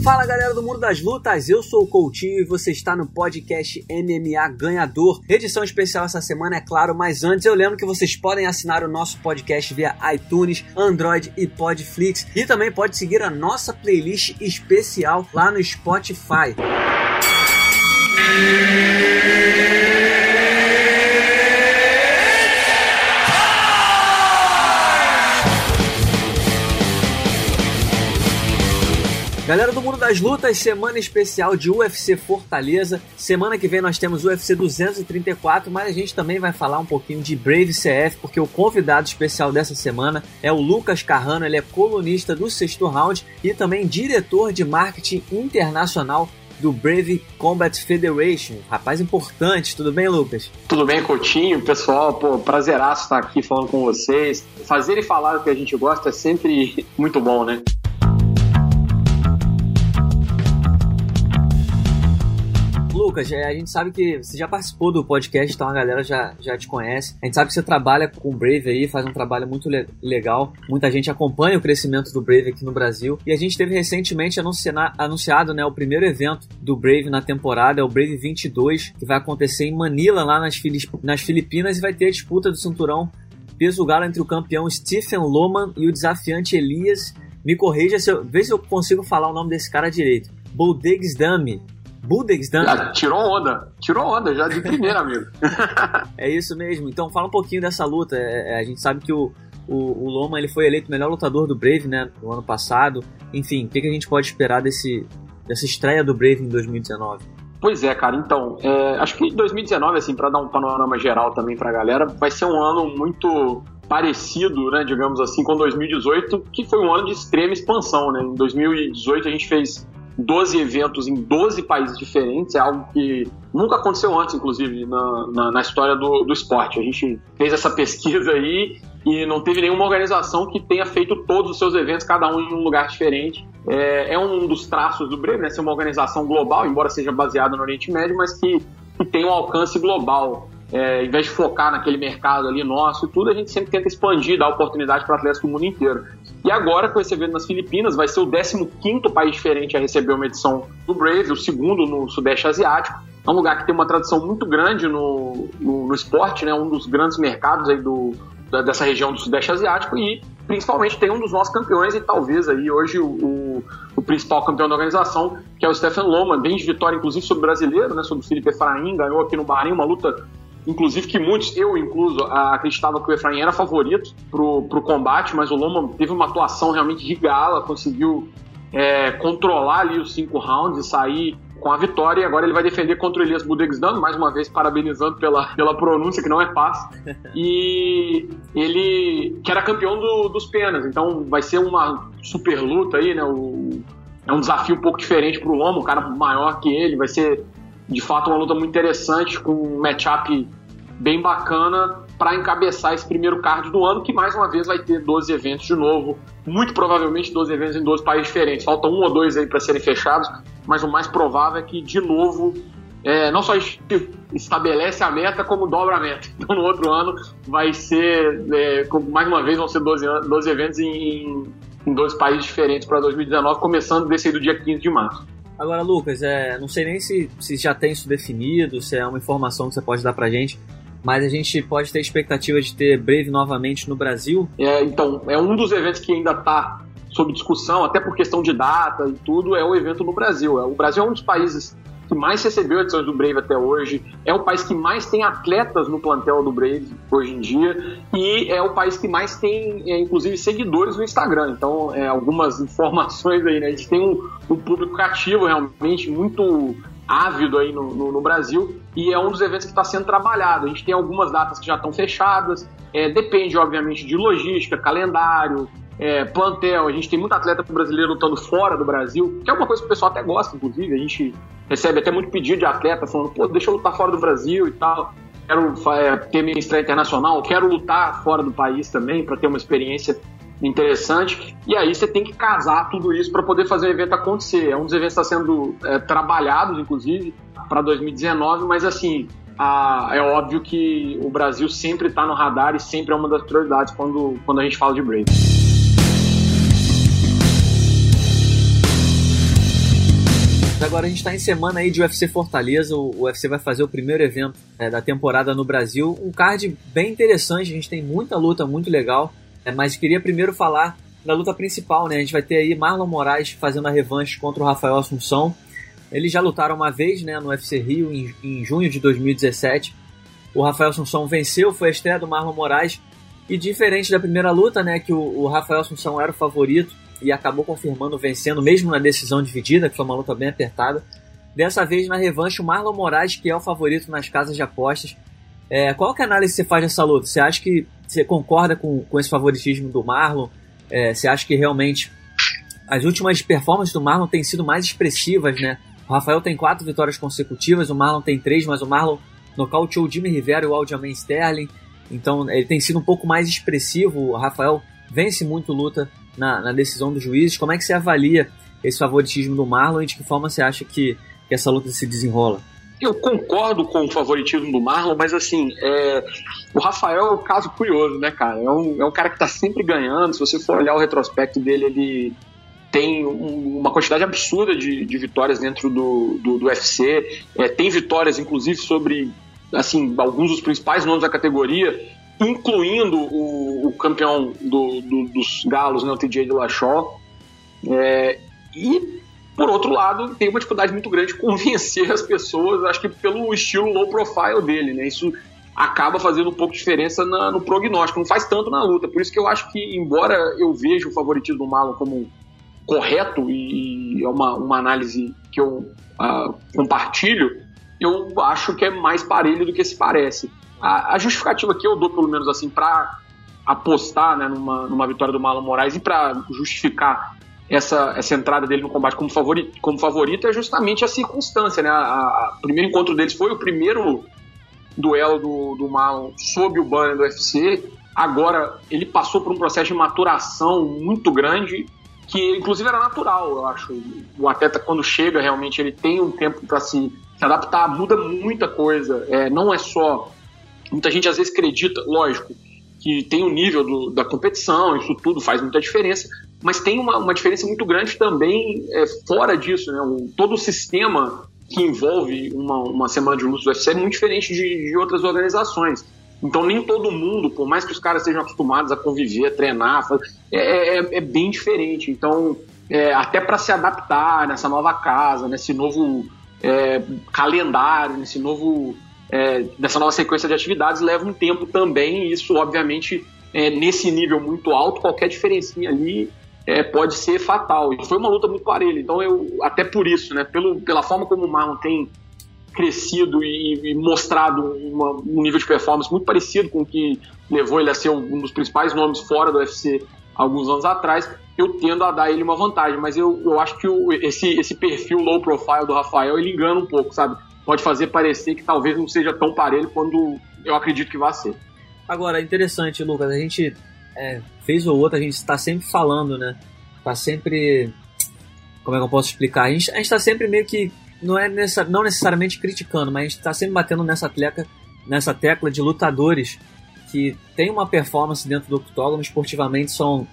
Fala galera do Mundo das Lutas, eu sou o Coutinho e você está no podcast MMA Ganhador. Edição especial essa semana, é claro, mas antes eu lembro que vocês podem assinar o nosso podcast via iTunes, Android e Podflix. E também pode seguir a nossa playlist especial lá no Spotify. Galera do Mundo das Lutas, semana especial de UFC Fortaleza. Semana que vem nós temos UFC 234, mas a gente também vai falar um pouquinho de Brave CF, porque o convidado especial dessa semana é o Lucas Carrano. Ele é colunista do Sexto Round e também diretor de marketing internacional do Brave Combat Federation. Rapaz importante, tudo bem, Lucas? Tudo bem, Coutinho, pessoal, prazeraço estar aqui falando com vocês. Fazer e falar o que a gente gosta é sempre muito bom, né? Lucas, a gente sabe que você já participou do podcast, então a galera já te conhece. A gente sabe que você trabalha com o Brave aí, faz um trabalho muito legal. Muita gente acompanha o crescimento do Brave aqui no Brasil. E a gente teve recentemente anunciado, né, o primeiro evento do Brave na temporada, é o Brave 22, que vai acontecer em Manila, lá nas Filipinas, e vai ter a disputa do cinturão peso galo entre o campeão Stephen Loman e o desafiante Elias. Me corrija, vê se eu consigo falar o nome desse cara direito. Budegsdame. Tirou onda já de primeira, amigo. É isso mesmo. Então fala um pouquinho dessa luta. A gente sabe que o Loma ele foi eleito o melhor lutador do Brave, né, no ano passado. Enfim, o que a gente pode esperar dessa estreia do Brave em 2019? Pois é, cara. Então, acho que 2019, assim, para dar um panorama geral também pra galera, vai ser um ano muito parecido, né, digamos assim, com 2018, que foi um ano de extrema expansão, né? Em 2018 a gente fez 12 eventos em 12 países diferentes, é algo que nunca aconteceu antes, inclusive, na história do esporte. A gente fez essa pesquisa aí e não teve nenhuma organização que tenha feito todos os seus eventos, cada um em um lugar diferente. É um dos traços do Brave, né, ser uma organização global, embora seja baseada no Oriente Médio, mas que tem um alcance global. Em vez de focar naquele mercado ali nosso e tudo, a gente sempre tenta expandir, dar oportunidade para atletas do mundo inteiro. E agora, com esse evento nas Filipinas, vai ser o 15º país diferente a receber uma edição do Brave, o segundo no Sudeste Asiático. É um lugar que tem uma tradição muito grande no esporte, né? Um dos grandes mercados aí dessa região do Sudeste Asiático e, principalmente, tem um dos nossos campeões e talvez aí hoje o principal campeão da organização, que é o Stephen Loman, bem de vitória, inclusive, sobre o brasileiro, né? Sobre o Felipe Efraim, ganhou aqui no Bahrein uma luta, inclusive que muitos, eu incluso, acreditava que o Efraim era favorito pro combate, mas o Loma teve uma atuação realmente de gala, conseguiu controlar ali os 5 rounds e sair com a vitória, e agora ele vai defender contra o Elias Budegsdame, mais uma vez parabenizando pela pronúncia, que não é fácil, e ele que era campeão dos penas, então vai ser uma super luta aí, né? É um desafio um pouco diferente pro Loma, um cara maior que ele, vai ser de fato uma luta muito interessante, com um matchup bem bacana para encabeçar esse primeiro card do ano, que mais uma vez vai ter 12 eventos de novo, muito provavelmente 12 eventos em 12 países diferentes. Faltam 1 ou 2 aí para serem fechados, mas o mais provável é que, de novo, não só estabelece a meta, como dobra a meta. Então, no outro ano vai ser, mais uma vez, vão ser 12 eventos em 12 países diferentes para 2019, começando desse aí do dia 15 de março. Agora, Lucas, não sei nem se já tem isso definido, se é uma informação que você pode dar pra gente, mas a gente pode ter expectativa de ter Brave novamente no Brasil? Então, é um dos eventos que ainda está sob discussão, até por questão de data e tudo, é o evento no Brasil. O Brasil é um dos países que mais recebeu edições do Brave até hoje, é o país que mais tem atletas no plantel do Brave hoje em dia, e é o país que mais tem, inclusive, seguidores no Instagram. Então, algumas informações aí, né? A gente tem um público cativo realmente muito ávido aí no Brasil, e é um dos eventos que está sendo trabalhado. A gente tem algumas datas que já estão fechadas, depende, obviamente, de logística, calendário, plantel. A gente tem muito atleta brasileiro lutando fora do Brasil, que é uma coisa que o pessoal até gosta, inclusive. A gente recebe até muito pedido de atleta falando, deixa eu lutar fora do Brasil e tal, quero ter minha estreia internacional, quero lutar fora do país também para ter uma experiência interessante. E aí você tem que casar tudo isso para poder fazer o evento acontecer. É um dos eventos que está sendo trabalhados, inclusive, para 2019, mas assim, é óbvio que o Brasil sempre está no radar e sempre é uma das prioridades quando a gente fala de Brave. agora a gente está em semana aí de UFC Fortaleza, o UFC vai fazer o primeiro evento da temporada no Brasil, um card bem interessante, a gente tem muita luta, muito legal, mas queria primeiro falar da luta principal, né? A gente vai ter aí Marlon Moraes fazendo a revanche contra o Rafael Assunção. Eles já lutaram uma vez, né, no UFC Rio em junho de 2017. O Rafael Assunção venceu, foi a estreia do Marlon Moraes, e diferente da primeira luta, né, que o Rafael Assunção era o favorito e acabou confirmando vencendo, mesmo na decisão dividida, que foi uma luta bem apertada. Dessa vez, na revanche, o Marlon Moraes, que é o favorito nas casas de apostas. Qual que é a análise que você faz dessa luta? Você acha que você concorda com esse favoritismo do Marlon? Você acha que realmente as últimas performances do Marlon têm sido mais expressivas, né? O Rafael tem 4 vitórias consecutivas, o Marlon tem 3, mas o Marlon nocauteou o Jimmy Rivera e o Aljamain Sterling, então ele tem sido um pouco mais expressivo. O Rafael vence muito luta na decisão dos juízes. Como é que você avalia esse favoritismo do Marlon e de que forma você acha que essa luta se desenrola? Eu concordo com o favoritismo do Marlon, mas assim, o Rafael é um caso curioso, né, cara? É um cara que tá sempre ganhando. Se você for olhar o retrospecto dele, ele tem uma quantidade absurda de vitórias dentro do UFC. Tem vitórias, inclusive, sobre assim, alguns dos principais nomes da categoria, incluindo o campeão dos galos, né, o TJ Dillashaw. E, por outro lado, tem uma dificuldade muito grande de convencer as pessoas, acho que pelo estilo low profile dele, né? Isso acaba fazendo um pouco de diferença no prognóstico, não faz tanto na luta. Por isso que eu acho que, embora eu veja o favoritismo do Marlon como correto, e é uma análise que eu compartilho, eu acho que é mais parelho do que se parece. A justificativa que eu dou, pelo menos assim, para apostar, né, numa vitória do Marlon Moraes e para justificar essa entrada dele no combate como favorito é justamente a circunstância, né? O primeiro encontro deles foi o primeiro duelo do Marlon sob o banner do UFC. Agora ele passou por um processo de maturação muito grande, que inclusive era natural, eu acho. O atleta, quando chega, realmente ele tem um tempo para se adaptar, muda muita coisa. Não é só... Muita gente às vezes acredita, lógico, que tem o nível da competição, isso tudo faz muita diferença, mas tem uma diferença muito grande também fora disso, né? Todo o sistema que envolve uma semana de luta do UFC é muito diferente de outras organizações. Então nem todo mundo, por mais que os caras estejam acostumados a conviver, a treinar, é bem diferente. Então, até para se adaptar nessa nova casa, nesse novo calendário, nessa nova sequência de atividades, leva um tempo também, e isso obviamente nesse nível muito alto, qualquer diferencinha ali pode ser fatal. E foi uma luta muito parelha, então até por isso, né, pela forma como o Marlon tem crescido e mostrado um nível de performance muito parecido com o que levou ele a ser um dos principais nomes fora do UFC alguns anos atrás, eu tendo a dar ele uma vantagem, mas eu acho que esse perfil low profile do Rafael, ele engana um pouco, sabe? Pode fazer parecer que talvez não seja tão parelho quando eu acredito que vai ser. Agora, interessante, Lucas, a gente fez ou outra, a gente está sempre falando, né? Está sempre... Como é que eu posso explicar? A gente está sempre meio que, não necessariamente criticando, mas a gente está sempre batendo nessa tecla de lutadores que tem uma performance dentro do octógono, esportivamente são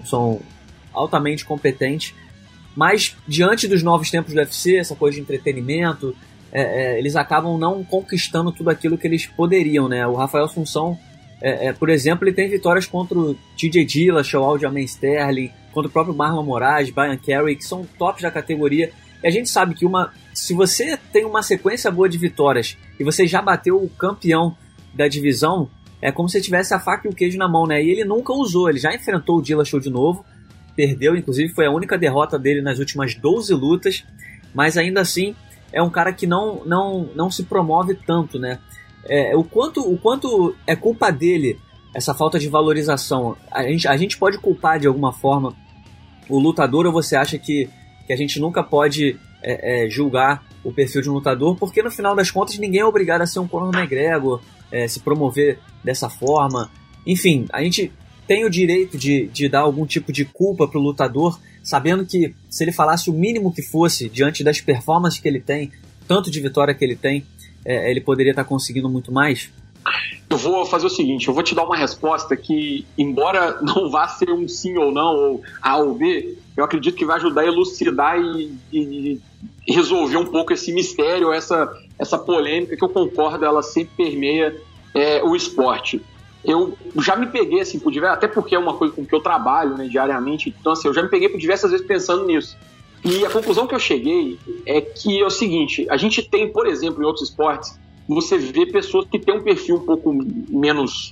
altamente competentes, mas diante dos novos tempos do UFC, essa coisa de entretenimento, eles acabam não conquistando tudo aquilo que eles poderiam, né? O Rafael Assunção, por exemplo, ele tem vitórias contra o TJ Dillashaw, o Aljamain Sterling, contra o próprio Marlon Moraes, Brian Carey, que são tops da categoria. E a gente sabe que se você tem uma sequência boa de vitórias e você já bateu o campeão da divisão, é como se tivesse a faca e o queijo na mão, né? E ele nunca usou, ele já enfrentou o Dillashaw de novo, perdeu, inclusive foi a única derrota dele nas últimas 12 lutas, mas ainda assim é um cara que não se promove tanto, né? O quanto é culpa dele essa falta de valorização? A gente pode culpar de alguma forma o lutador, ou você acha que a gente nunca pode julgar o perfil de um lutador, porque no final das contas ninguém é obrigado a ser um Conor McGregor, se promover dessa forma? Enfim, a gente tem o direito de dar algum tipo de culpa pro lutador, sabendo que se ele falasse o mínimo que fosse diante das performances que ele tem, tanto de vitória que ele tem, ele poderia estar conseguindo muito mais? Eu vou fazer o seguinte, eu vou te dar uma resposta que, embora não vá ser um sim ou não, ou A ou B, eu acredito que vai ajudar a elucidar e resolver um pouco esse mistério, essa polêmica que eu concordo, ela sempre permeia o esporte. Eu já me peguei, assim, até porque é uma coisa com que eu trabalho, né, diariamente, então assim, eu já me peguei por diversas vezes pensando nisso. E a conclusão que eu cheguei é que é o seguinte: a gente tem, por exemplo, em outros esportes, você vê pessoas que têm um perfil um pouco menos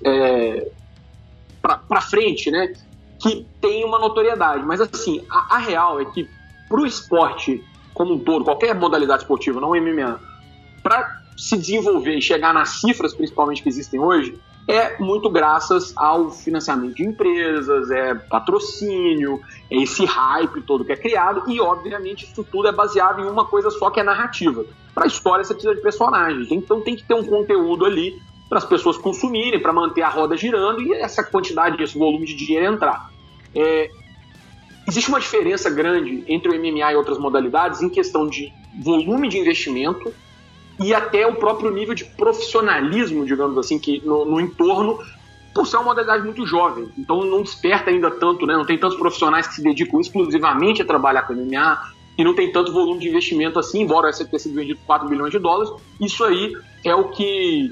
pra frente, né, que tem uma notoriedade, mas assim, a real é que pro esporte como um todo, qualquer modalidade esportiva, não MMA, para se desenvolver e chegar nas cifras principalmente que existem hoje, é muito graças ao financiamento de empresas, patrocínio, esse hype todo que é criado, e obviamente isso tudo é baseado em uma coisa só, que é narrativa. Para a história você precisa de personagens, então tem que ter um conteúdo ali para as pessoas consumirem, para manter a roda girando e essa quantidade, esse volume de dinheiro entrar. Existe uma diferença grande entre o MMA e outras modalidades em questão de volume de investimento e até o próprio nível de profissionalismo, digamos assim, que no entorno, por ser uma modalidade muito jovem. Então não desperta ainda tanto, né? Não tem tantos profissionais que se dedicam exclusivamente a trabalhar com MMA e não tem tanto volume de investimento assim, embora essa tenha sido vendido por $4 bilhões. Isso aí é o que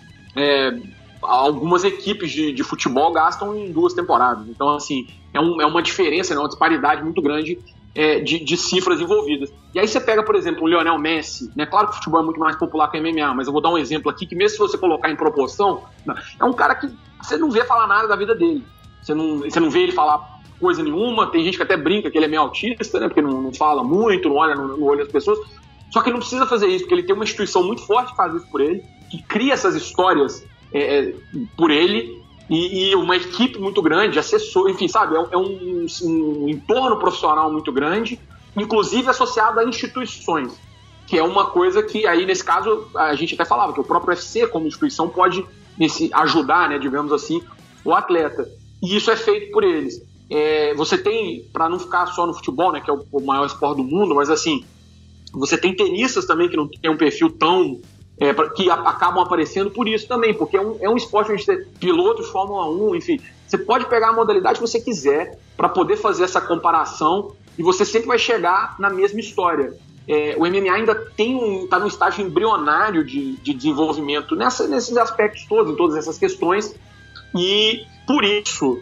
algumas equipes de futebol gastam em 2 temporadas. Então, assim, é uma diferença, né? Uma disparidade muito grande de cifras envolvidas. E aí você pega, por exemplo, o Lionel Messi, né? Claro que o futebol é muito mais popular que o MMA, mas eu vou dar um exemplo aqui, que mesmo se você colocar em proporção, é um cara que você não vê falar nada da vida dele. Você não vê ele falar coisa nenhuma. Tem gente que até brinca que ele é meio autista, né? Porque não fala muito, não olha no olho das pessoas. Só que ele não precisa fazer isso, porque ele tem uma instituição muito forte que faz isso por ele, que cria essas histórias por ele, e uma equipe muito grande, assessor, enfim, sabe, é um entorno profissional muito grande, inclusive associado a instituições, que é uma coisa que aí, nesse caso, a gente até falava que o próprio UFC, como instituição, pode ajudar, né, digamos assim, o atleta, e isso é feito por eles. Você tem, para não ficar só no futebol, né, que é o maior esporte do mundo, mas assim, você tem tenistas também que não tem um perfil tão que acabam aparecendo por isso também, porque é um esporte onde tem pilotos de Fórmula 1, enfim, você pode pegar a modalidade que você quiser para poder fazer essa comparação e você sempre vai chegar na mesma história. O MMA ainda está num estágio embrionário de desenvolvimento nesses aspectos todos, em todas essas questões, e por isso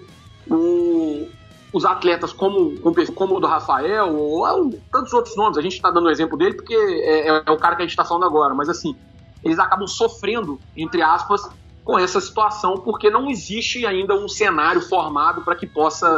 os atletas como o do Rafael ou tantos outros nomes, a gente está dando o exemplo dele porque é o cara que a gente está falando agora, mas assim, eles acabam sofrendo, entre aspas, com essa situação, porque não existe ainda um cenário formado para que possa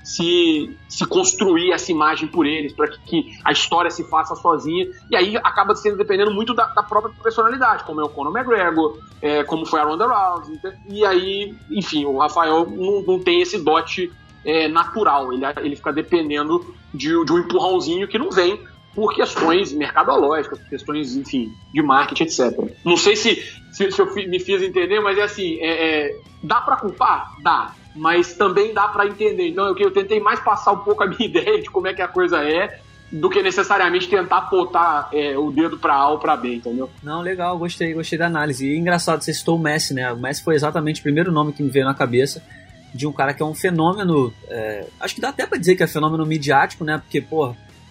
se construir essa imagem por eles, para que a história se faça sozinha, e aí acaba sendo dependendo muito da própria personalidade, como é o Conor McGregor, como foi a Ronda Rousey, e aí, enfim, o Rafael não tem esse dote natural, ele fica dependendo de um empurrãozinho que não vem por questões mercadológicas, por questões, enfim, de marketing, etc. Não sei se eu me fiz entender, mas é assim, dá pra culpar? Dá, mas também dá pra entender. Então eu tentei mais passar um pouco a minha ideia de como é que a coisa é, do que necessariamente tentar apontar o dedo pra A ou pra B, entendeu? Não, legal, gostei da análise. E engraçado, você citou o Messi, né? O Messi foi exatamente o primeiro nome que me veio na cabeça de um cara que é um fenômeno, acho que dá até pra dizer que é fenômeno midiático, né? Porque, pô,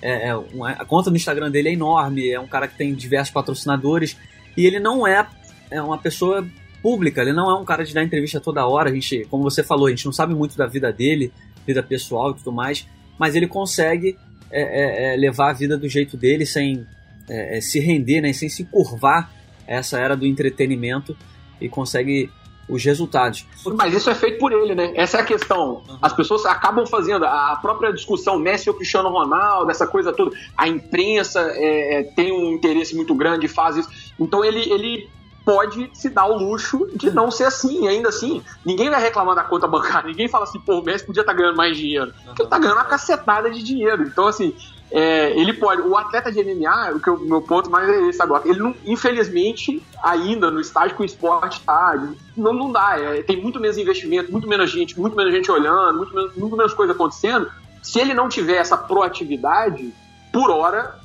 a conta no Instagram dele é enorme, é um cara que tem diversos patrocinadores, e ele não é uma pessoa pública, ele não é um cara de dar entrevista toda hora. A gente, como você falou, a gente não sabe muito da vida dele, vida pessoal e tudo mais, mas ele consegue levar a vida do jeito dele sem se render, né, sem se curvar a essa era do entretenimento, e consegue os resultados. Mas isso é feito por ele, né? Essa é a questão. Uhum. As pessoas acabam fazendo a própria discussão Messi ou Cristiano Ronaldo, essa coisa toda. A imprensa tem um interesse muito grande e faz isso. Então ele pode se dar o luxo de não ser assim. E ainda assim, ninguém vai reclamar da conta bancária. Ninguém fala assim, pô, o Messi podia estar ganhando mais dinheiro. Porque ele está ganhando uma cacetada de dinheiro. Então, assim, ele pode. O atleta de MMA, o meu ponto mais é esse agora. Ele não, infelizmente, ainda no estágio que o esporte está, não dá. Tem muito menos investimento, muito menos gente olhando, muito menos coisa acontecendo. Se ele não tiver essa proatividade, por hora,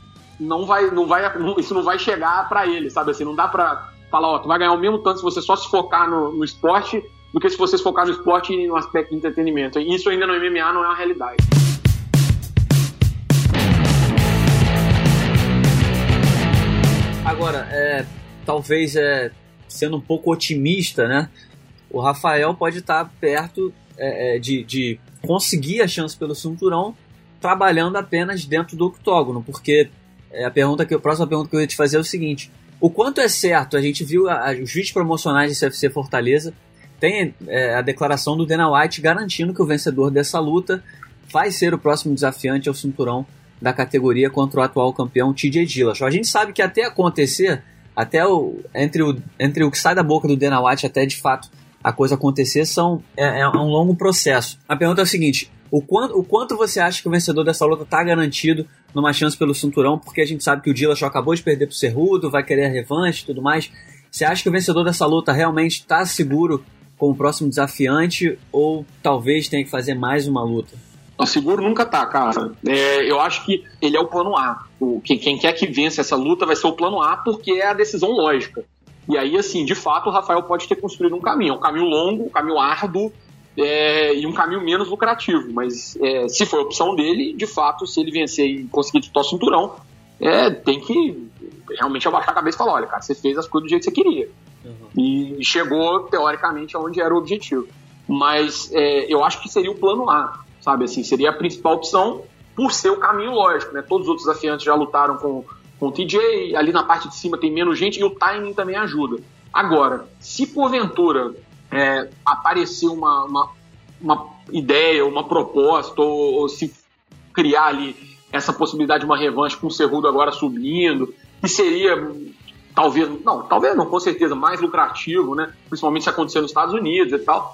isso não vai chegar para ele, sabe assim? Não dá para falar, ó, tu vai ganhar o mesmo tanto se você só se focar no esporte do que se você se focar no esporte e no aspecto de entretenimento. Isso ainda no MMA não é uma realidade. talvez sendo um pouco otimista, né? O Rafael pode estar perto de conseguir a chance pelo cinturão trabalhando apenas dentro do octógono, porque a próxima pergunta que eu ia te fazer é o seguinte: o quanto é certo? A gente viu os vídeos promocionais de UFC Fortaleza, tem a declaração do Dana White garantindo que o vencedor dessa luta vai ser o próximo desafiante ao cinturão da categoria contra o atual campeão TJ Dillashaw. A gente sabe que até acontecer, entre o que sai da boca do Dana White até de fato a coisa acontecer, é um longo processo. A pergunta é o seguinte: o quanto você acha que o vencedor dessa luta está garantido numa chance pelo cinturão? Porque a gente sabe que o Dillashaw acabou de perder pro Cerrudo, vai querer a revanche e tudo mais. Você acha que o vencedor dessa luta realmente está seguro com o próximo desafiante, ou talvez tenha que fazer mais uma luta? O seguro nunca tá, cara. Eu acho que ele é o plano A. Quem quer que vença essa luta vai ser o plano A, porque é a decisão lógica. E aí, assim, de fato, o Rafael pode ter construído um caminho. Um caminho longo, um caminho árduo, e um caminho menos lucrativo. Mas se for a opção dele, de fato, se ele vencer e conseguir disputar o cinturão, tem que realmente abaixar a cabeça e falar: olha, cara, você fez as coisas do jeito que você queria. E chegou, teoricamente, aonde era o objetivo. Mas eu acho que seria o plano A, sabe? Assim, seria a principal opção por ser o caminho lógico, né? Todos os outros desafiantes já lutaram com o TJ, ali na parte de cima tem menos gente e o timing também ajuda. Agora, se porventura aparecer uma ideia, uma proposta, ou se criar ali essa possibilidade de uma revanche com o Cerrudo agora subindo, que seria talvez não, com certeza, mais lucrativo, né? Principalmente se acontecer nos Estados Unidos e tal,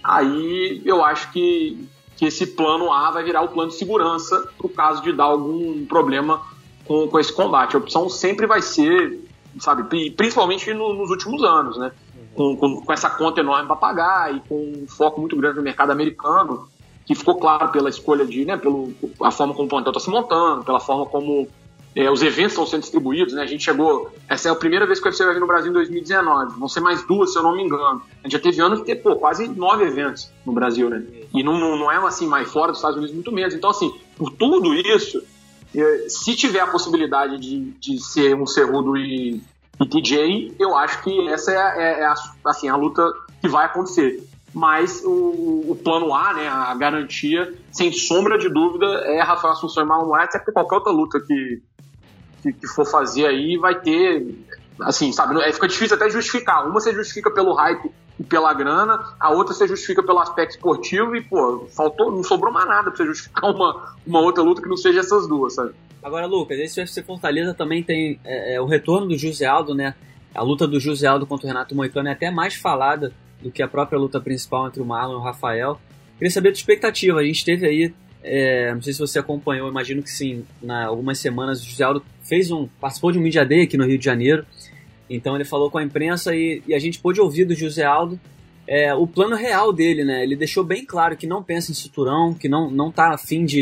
aí eu acho que esse plano A vai virar o plano de segurança pro caso de dar algum problema com esse combate. A opção sempre vai ser, sabe, principalmente nos últimos anos, né? Com essa conta enorme para pagar e com um foco muito grande no mercado americano, que ficou claro pela escolha a forma como o plantel está se montando, pela forma como os eventos estão sendo distribuídos, né? A gente chegou... Essa é a primeira vez que o UFC vai vir no Brasil em 2019. Vão ser mais 2, se eu não me engano. A gente já teve anos que ter, quase 9 eventos no Brasil, né? E não é assim, mais fora dos Estados Unidos, muito menos. Então, assim, por tudo isso, se tiver a possibilidade de ser um Cerrudo e TJ, eu acho que essa é a luta que vai acontecer. Mas o plano A, né, a garantia, sem sombra de dúvida, é Rafael Assunção e Marlon Moraes, até porque qualquer outra luta que for fazer aí vai ter, assim, sabe, fica difícil até justificar. Uma você justifica pelo hype e pela grana, a outra você justifica pelo aspecto esportivo e, pô, não sobrou mais nada pra você justificar uma outra luta que não seja essas duas, sabe? Agora, Lucas, esse UFC Fortaleza também tem o retorno do José Aldo, né? A luta do José Aldo contra o Renato Moicano é até mais falada do que a própria luta principal entre o Marlon e o Rafael. Queria saber da expectativa. A gente teve aí, não sei se você acompanhou, imagino que sim, algumas semanas o José Aldo participou de um Media Day aqui no Rio de Janeiro. Então ele falou com a imprensa e a gente pôde ouvir do José Aldo o plano real dele, né? Ele deixou bem claro que não pensa em cinturão, que não tá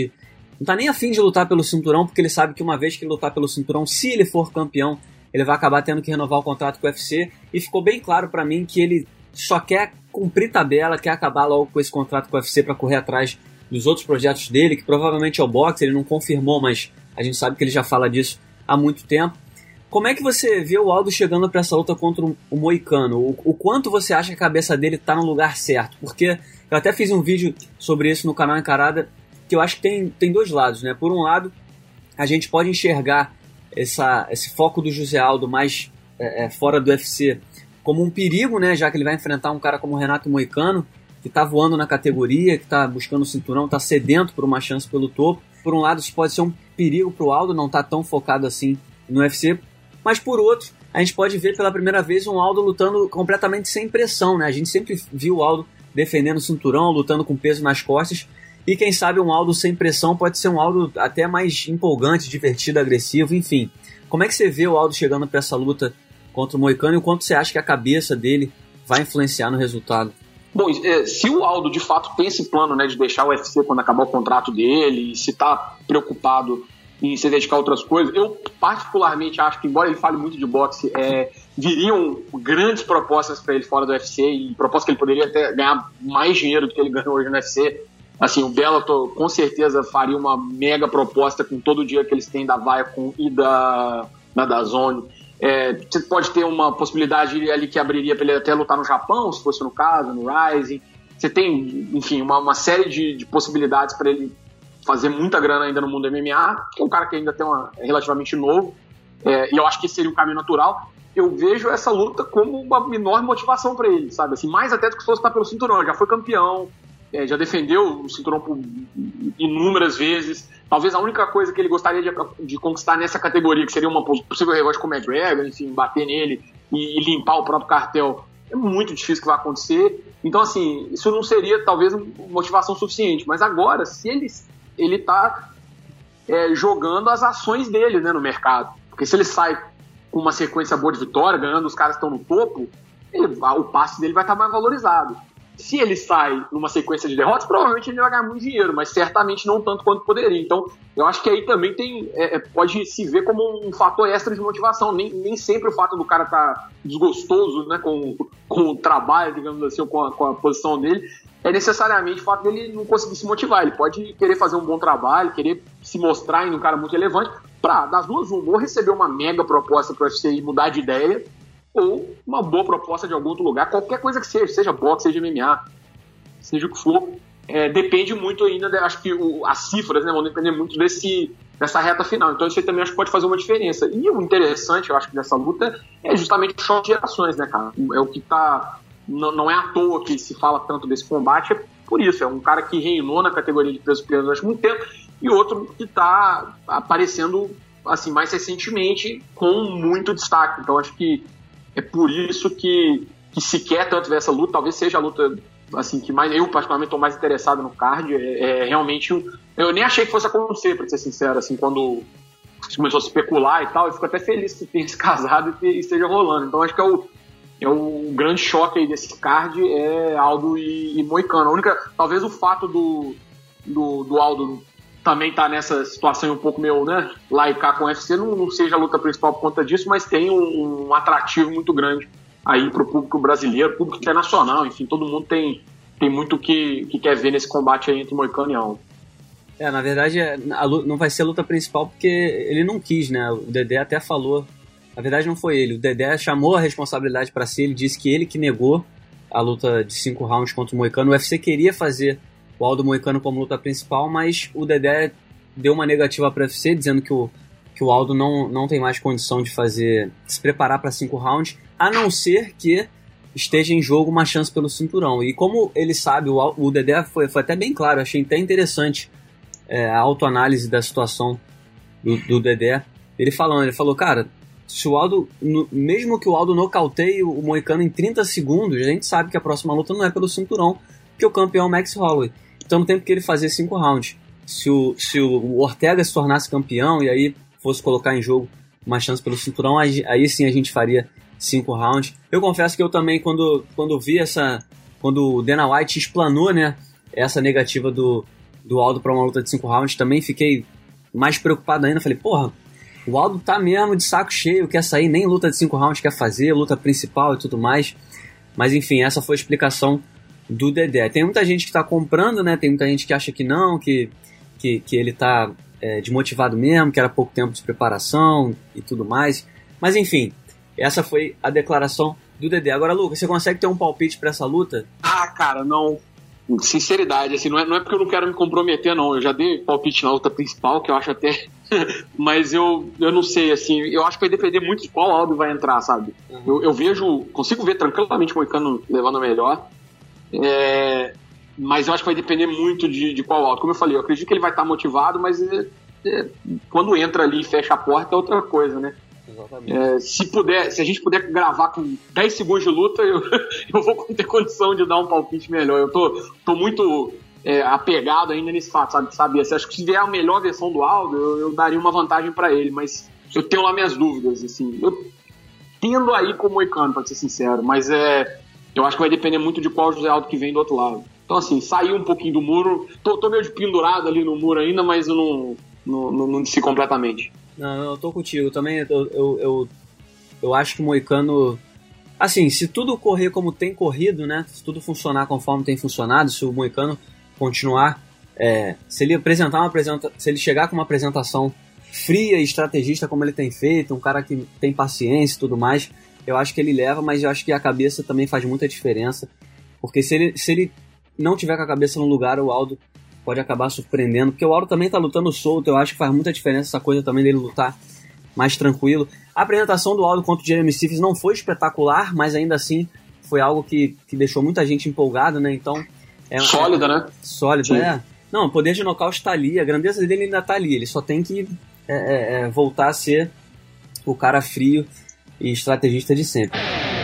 nem afim de lutar pelo cinturão, porque ele sabe que uma vez que ele lutar pelo cinturão, se ele for campeão, ele vai acabar tendo que renovar o contrato com o UFC. E ficou bem claro pra mim que ele só quer cumprir tabela, quer acabar logo com esse contrato com o UFC para correr atrás dos outros projetos dele, que provavelmente é o boxe. Ele não confirmou, mas a gente sabe que ele já fala disso há muito tempo. Como é que você vê o Aldo chegando para essa luta contra o Moicano? O quanto você acha que a cabeça dele tá no lugar certo? Porque eu até fiz um vídeo sobre isso no canal Encarada, que eu acho que tem dois lados, né? Por um lado, a gente pode enxergar esse foco do José Aldo mais fora do UFC como um perigo, né? Já que ele vai enfrentar um cara como o Renato Moicano, que tá voando na categoria, que tá buscando o cinturão, tá sedento por uma chance pelo topo. Por um lado, isso pode ser um perigo pro Aldo, não tá tão focado assim no UFC. Mas por outro, a gente pode ver pela primeira vez um Aldo lutando completamente sem pressão, né? A gente sempre viu o Aldo defendendo o cinturão, lutando com peso nas costas. E quem sabe um Aldo sem pressão pode ser um Aldo até mais empolgante, divertido, agressivo, enfim. Como é que você vê o Aldo chegando para essa luta contra o Moicano e o quanto você acha que a cabeça dele vai influenciar no resultado? Bom, se o Aldo de fato tem esse plano, né, de deixar o UFC quando acabar o contrato dele, e se está preocupado em se dedicar a outras coisas, eu particularmente acho que, embora ele fale muito de boxe, viriam grandes propostas para ele fora do UFC, e propostas que ele poderia até ganhar mais dinheiro do que ele ganhou hoje no UFC. Assim, o Bellator com certeza faria uma mega proposta com todo o dinheiro que eles têm da Viacom e da DAZN. Você pode ter uma possibilidade ali que abriria para ele até lutar no Japão, se fosse no caso, no Rising. Você tem, enfim, uma série de possibilidades para ele fazer muita grana ainda no mundo do MMA, que é um cara que ainda é relativamente novo, e eu acho que esse seria um caminho natural. Eu vejo essa luta como uma enorme motivação para ele, sabe? Assim, mais até do que se fosse estar pelo cinturão. Ele já foi campeão, já defendeu o cinturão por inúmeras vezes. Talvez a única coisa que ele gostaria de conquistar nessa categoria, que seria uma possível revanche com o McGregor, enfim, bater nele e limpar o próprio cartel, é muito difícil que vai acontecer. Então, assim, isso não seria talvez uma motivação suficiente. Mas agora, se ele tá jogando as ações dele, né, no mercado. Porque se ele sai com uma sequência boa de vitória, ganhando os caras que estão no topo, o passe dele vai estar mais valorizado. Se ele sai numa sequência de derrotas, provavelmente ele vai ganhar muito dinheiro, mas certamente não tanto quanto poderia. Então, eu acho que aí também pode se ver como um fator extra de motivação. Nem sempre o fato do cara estar desgostoso, né, com o trabalho, digamos assim, ou com a posição dele, é necessariamente o fato dele não conseguir se motivar. Ele pode querer fazer um bom trabalho, querer se mostrar ainda um cara muito relevante, das duas, ou receber uma mega proposta para o UFC e mudar de ideia, ou uma boa proposta de algum outro lugar, qualquer coisa que seja boxe, seja MMA, seja o que for, depende muito ainda, acho que as cifras, né, vão depender muito dessa reta final, então isso aí também acho que pode fazer uma diferença. E o interessante, eu acho que dessa luta, é justamente o choque de gerações, né, cara, é o que tá, não é à toa que se fala tanto desse combate, é por isso, é um cara que reinou na categoria de peso-peso há muito tempo, e outro que tá aparecendo, assim, mais recentemente, com muito destaque, então acho que é por isso que se quer tanto ver essa luta, talvez seja a luta assim, que mais eu particularmente estou mais interessado no card, realmente eu nem achei que fosse acontecer, para ser sincero, assim, quando começou a se especular e tal, eu fico até feliz que tenha se casado e esteja rolando, então acho que é o grande choque aí desse card é Aldo e Moicano. Talvez o fato do Aldo também tá nessa situação um pouco meio, né, laicar com o UFC, não seja a luta principal por conta disso, mas tem um atrativo muito grande aí pro público brasileiro, público internacional, enfim, todo mundo tem muito que quer ver nesse combate aí entre Moicano e Aldo. Na verdade, não vai ser a luta principal porque ele não quis, né, o Dedé até falou, na verdade não foi ele, o Dedé chamou a responsabilidade para si, ele disse que ele que negou a luta de 5 rounds contra o Moicano, o UFC queria fazer o Aldo Moicano como luta principal, mas o Dedé deu uma negativa para o UFC, dizendo que o Aldo não tem mais condição de se preparar para 5 rounds, a não ser que esteja em jogo uma chance pelo cinturão. E como ele sabe, o Dedé foi até bem claro, achei até interessante a autoanálise da situação do Dedé. Ele falou, cara, se o Aldo, mesmo que o Aldo nocauteie o Moicano em 30 segundos, a gente sabe que a próxima luta não é pelo cinturão, porque o campeão é o Max Holloway. Então não tem porque ele fazer 5 rounds. Se o Ortega se tornasse campeão e aí fosse colocar em jogo uma chance pelo cinturão, aí sim a gente faria 5 rounds. Eu confesso que eu também, quando vi quando o Dana White explanou, né, essa negativa do Aldo para uma luta de 5 rounds, também fiquei mais preocupado ainda. Falei, porra, o Aldo tá mesmo de saco cheio, quer sair, nem luta de 5 rounds quer fazer, luta principal e tudo mais. Mas enfim, essa foi a explicação do Dedé. Tem muita gente que tá comprando, né? Tem muita gente que acha que não, que ele tá desmotivado mesmo, que era pouco tempo de preparação e tudo mais. Mas enfim, essa foi a declaração do Dedé. Agora, Lucas, você consegue ter um palpite pra essa luta? Cara, não. Sinceridade, assim, não é porque eu não quero me comprometer, não. Eu já dei palpite na luta principal, que eu acho até... Mas eu não sei, assim, eu acho que vai depender muito de qual Aldo vai entrar, sabe? Eu consigo ver tranquilamente o Moicano levando a melhor. Mas eu acho que vai depender muito de qual Aldo. Como eu falei, eu acredito que ele vai estar motivado, mas quando entra ali e fecha a porta é outra coisa, né? Se a gente puder gravar com 10 segundos de luta, eu vou ter condição de dar um palpite melhor. Eu tô muito apegado ainda nesse fato, sabe? Acho que se vier a melhor versão do Aldo, eu daria uma vantagem pra ele, mas eu tenho lá minhas dúvidas, assim. Eu tendo aí com o Moicano, pra ser sincero, mas eu acho que vai depender muito de qual José Aldo que vem do outro lado. Então, assim, sair um pouquinho do muro, tô meio de pendurado ali no muro ainda, mas eu não desci completamente. Não, eu tô contigo também. Eu acho que o Moicano, assim, se tudo correr como tem corrido, né, se tudo funcionar conforme tem funcionado, se o Moicano continuar, se ele chegar com uma apresentação fria e estrategista como ele tem feito, um cara que tem paciência e tudo mais, eu acho que ele leva, mas eu acho que a cabeça também faz muita diferença, porque se ele não tiver com a cabeça no lugar, o Aldo pode acabar surpreendendo, porque o Aldo também tá lutando solto, eu acho que faz muita diferença essa coisa também dele lutar mais tranquilo. A apresentação do Aldo contra o Jeremy Stephens não foi espetacular, mas ainda assim foi algo que deixou muita gente empolgada, né? Então sólida, né? Sólida, Não, o poder de nocaute tá ali, a grandeza dele ainda tá ali, ele só tem que voltar a ser o cara frio e estrategista de sempre.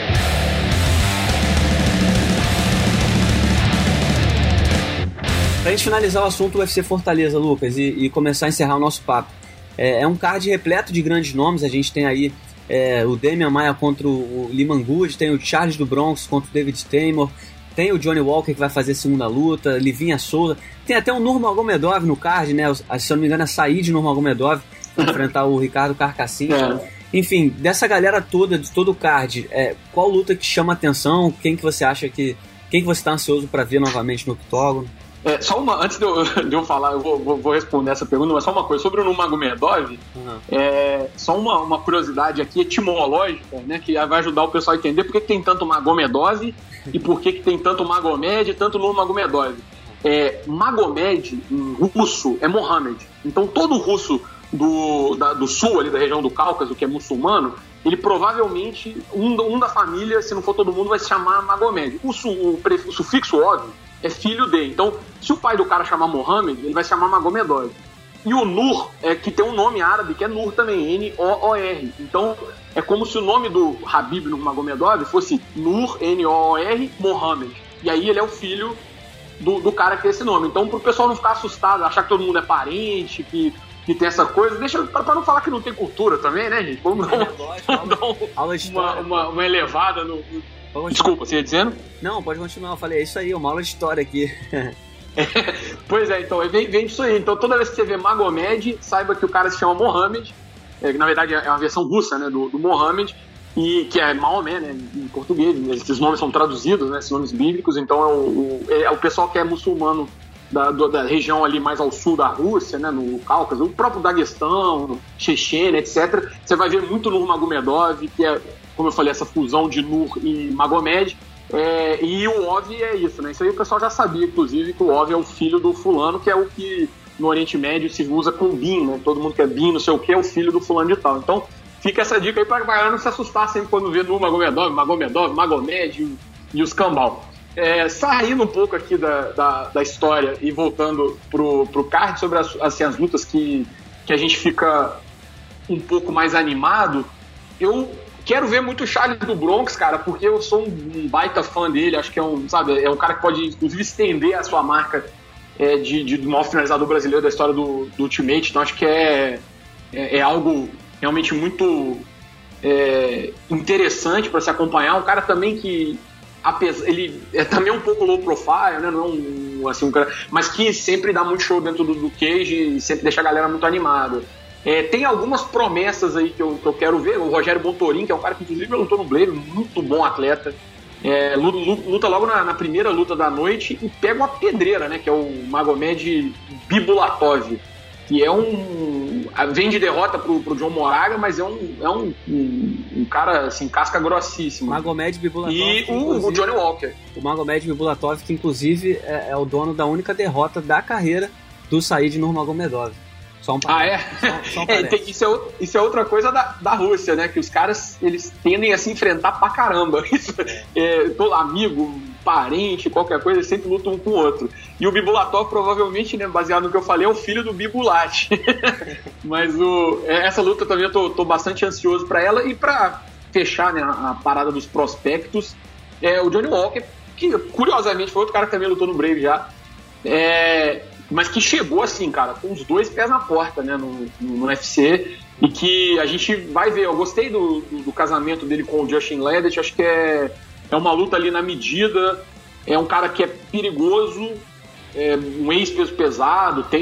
Pra gente finalizar o assunto do UFC Fortaleza, Lucas, e começar a encerrar o nosso papo, é um card repleto de grandes nomes. A gente tem aí o Demian Maia contra o Lyman Good, tem o Charles do Bronx contra o David Taymor, tem o Johnny Walker que vai fazer a segunda luta, Livinha Souza, tem até o Nurmagomedov no card, né? Se eu não me engano é Said Nurmagomedov para enfrentar o Ricardo Carcassin. Enfim, dessa galera toda, de todo o card, qual luta que chama atenção? Quem que você acha quem que você está ansioso para ver novamente no octógono? Só uma, antes de eu falar, eu vou responder essa pergunta, mas só uma coisa, sobre o Nurmagomedov, só uma curiosidade aqui etimológica, né, que vai ajudar o pessoal a entender por que tem tanto Magomedov e por que tem tanto Magomed e tanto Nurmagomedov. Magomed, em russo, é Mohammed. Então todo russo do sul, ali da região do Cáucaso, que é muçulmano, ele provavelmente, um da família, se não for todo mundo, vai se chamar Magomed. O sufixo óbvio é filho dele. Então, se o pai do cara chamar Mohammed, ele vai se chamar Magomedov. E o Nur, que tem um nome árabe, que é Nur também, N-O-O-R. Então, é como se o nome do Habib Nurmagomedov fosse Nur, N-O-O-R, Mohammed. E aí ele é o filho do cara que tem esse nome. Então, pro pessoal não ficar assustado, achar que todo mundo é parente, que tem essa coisa, deixa pra não falar que não tem cultura também, né, gente? Vamos dar uma elevada no... Desculpa, você ia dizendo? Não, pode continuar, eu falei, é isso aí, uma aula de história aqui. Pois é, então, vem disso aí. Então, toda vez que você vê Magomed, saiba que o cara se chama Mohammed, que na verdade é uma versão russa, né, do Mohammed, e que é Maomé, né, em português. Esses nomes são traduzidos, né, esses nomes bíblicos. Então, é o pessoal que é muçulmano da região ali mais ao sul da Rússia, né, no Cáucaso, o próprio Daguestão, Chechênia, etc. Você vai ver muito Nurmagomedov, que é, como eu falei, essa fusão de Nur e Magomed, e o Ov é isso, né? Isso aí o pessoal já sabia, inclusive, que o Ov é o filho do fulano, que é o que no Oriente Médio se usa com Bin, né? Todo mundo que é Bin, não sei o que, é o filho do fulano de tal. Então, fica essa dica aí pra galera não se assustar sempre quando vê Nurmagomedov, Magomed e os cambal. Saindo um pouco aqui da história e voltando pro card sobre as lutas que a gente fica um pouco mais animado, eu quero ver muito o Charles do Bronx, cara, porque eu sou um baita fã dele, acho que é um cara que pode, inclusive, estender a sua marca do maior finalizador brasileiro da história do Ultimate, então acho que é algo realmente muito interessante para se acompanhar, um cara também que ele é também um pouco low profile, né? Não assim, um cara, mas que sempre dá muito show dentro do cage e sempre deixa a galera muito animada. Tem algumas promessas aí que eu quero ver. O Rogério Bontorin, que é um cara que inclusive lutou no Brave, muito bom atleta, luta logo na primeira luta da noite e pega uma pedreira, né? Que é o Magomed Bibulatov, que vem de derrota pro John Moraga, mas é um cara assim, casca grossíssima. Magomed Bibulatov e o Johnny Walker. O Magomed Bibulatov, que inclusive é o dono da única derrota da carreira do Said Nurmagomedov. Só um isso é outra coisa da Rússia, né? Que os caras, eles tendem a se enfrentar pra caramba. Todo amigo, parente, qualquer coisa, eles sempre lutam um com o outro. E o Bibulatov, provavelmente, né, baseado no que eu falei, é o filho do Bibulat. Mas essa luta também eu tô bastante ansioso pra ela. E pra fechar, né, a parada dos prospectos, o Johnny Walker, que curiosamente foi outro cara que também lutou no Brave já, mas que chegou assim, cara, com os dois pés na porta, né, no UFC, e que a gente vai ver. Eu gostei do casamento dele com o Justin Ledet, acho que é uma luta ali na medida, é um cara que é perigoso, um ex-peso pesado, tem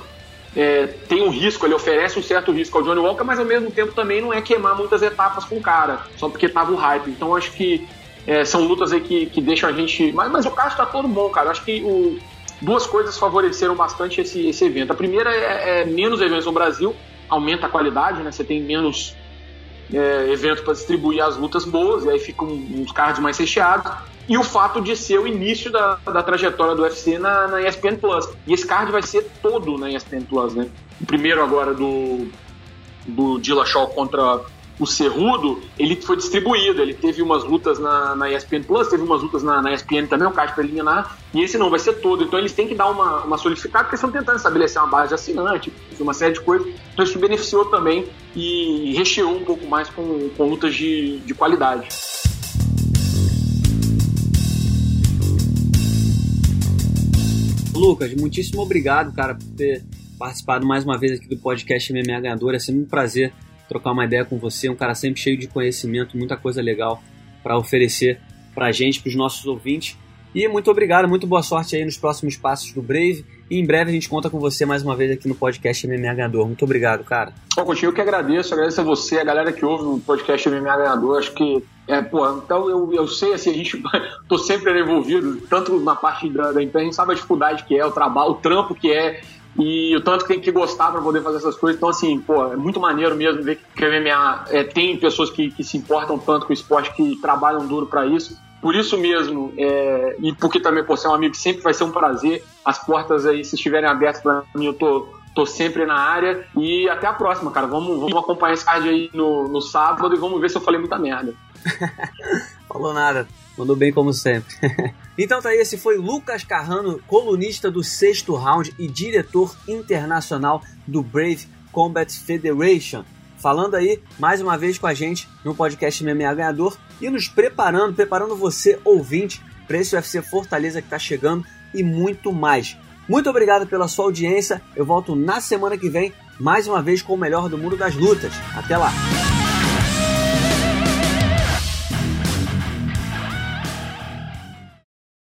um risco, ele oferece um certo risco ao Johnny Walker, mas ao mesmo tempo também não é queimar muitas etapas com o cara, só porque tava o hype. Então acho que são lutas aí que deixam a gente... Mas o card tá todo bom, cara. Acho que duas coisas favoreceram bastante esse evento. A primeira é menos eventos no Brasil, aumenta a qualidade, né? Você tem menos evento para distribuir as lutas boas, e aí ficam uns cards mais recheados. E o fato de ser o início da trajetória do UFC na ESPN Plus. E esse card vai ser todo na ESPN Plus, né? O primeiro agora do Dillashaw contra o Cerrudo, ele foi distribuído. Ele teve umas lutas na ESPN Plus, teve umas lutas na ESPN também, um card para eliminar. E esse não, vai ser todo. Então eles têm que dar uma solidificada, porque estão tentando estabelecer uma base de assinante, uma série de coisas. Então isso beneficiou também e recheou um pouco mais com lutas de qualidade. Lucas, muitíssimo obrigado, cara, por ter participado mais uma vez aqui do podcast MMA Ganhador. É sempre um prazer trocar uma ideia com você, um cara sempre cheio de conhecimento, muita coisa legal para oferecer pra gente, pros nossos ouvintes. E muito obrigado, muito boa sorte aí nos próximos passos do Brave. E em breve a gente conta com você mais uma vez aqui no podcast MMA Ganhador. Muito obrigado, cara. Coutinho, eu que agradeço a você, a galera que ouve o podcast MMA Ganhador. Acho que, então eu sei, assim, a gente tô sempre envolvido, tanto na parte da empresa, a gente sabe a dificuldade que é, o trabalho, o trampo que é, e o tanto que tem que gostar para poder fazer essas coisas. Então, assim, é muito maneiro mesmo ver que o MMA tem pessoas que se importam tanto com o esporte, que trabalham duro para isso. Por isso mesmo, e porque também por ser um amigo, sempre vai ser um prazer. As portas aí, se estiverem abertas para mim, eu tô sempre na área. E até a próxima, cara. Vamos acompanhar esse card aí no sábado e vamos ver se eu falei muita merda. Falou nada. Mandou bem como sempre. Então tá aí, esse foi Lucas Carrano, colunista do Sexto Round e diretor internacional do Brave Combat Federation, falando aí mais uma vez com a gente no podcast MMA Ganhador e nos preparando você, ouvinte, para esse UFC Fortaleza que tá chegando e muito mais. Muito obrigado pela sua audiência. Eu volto na semana que vem, mais uma vez com o melhor do mundo das lutas. Até lá!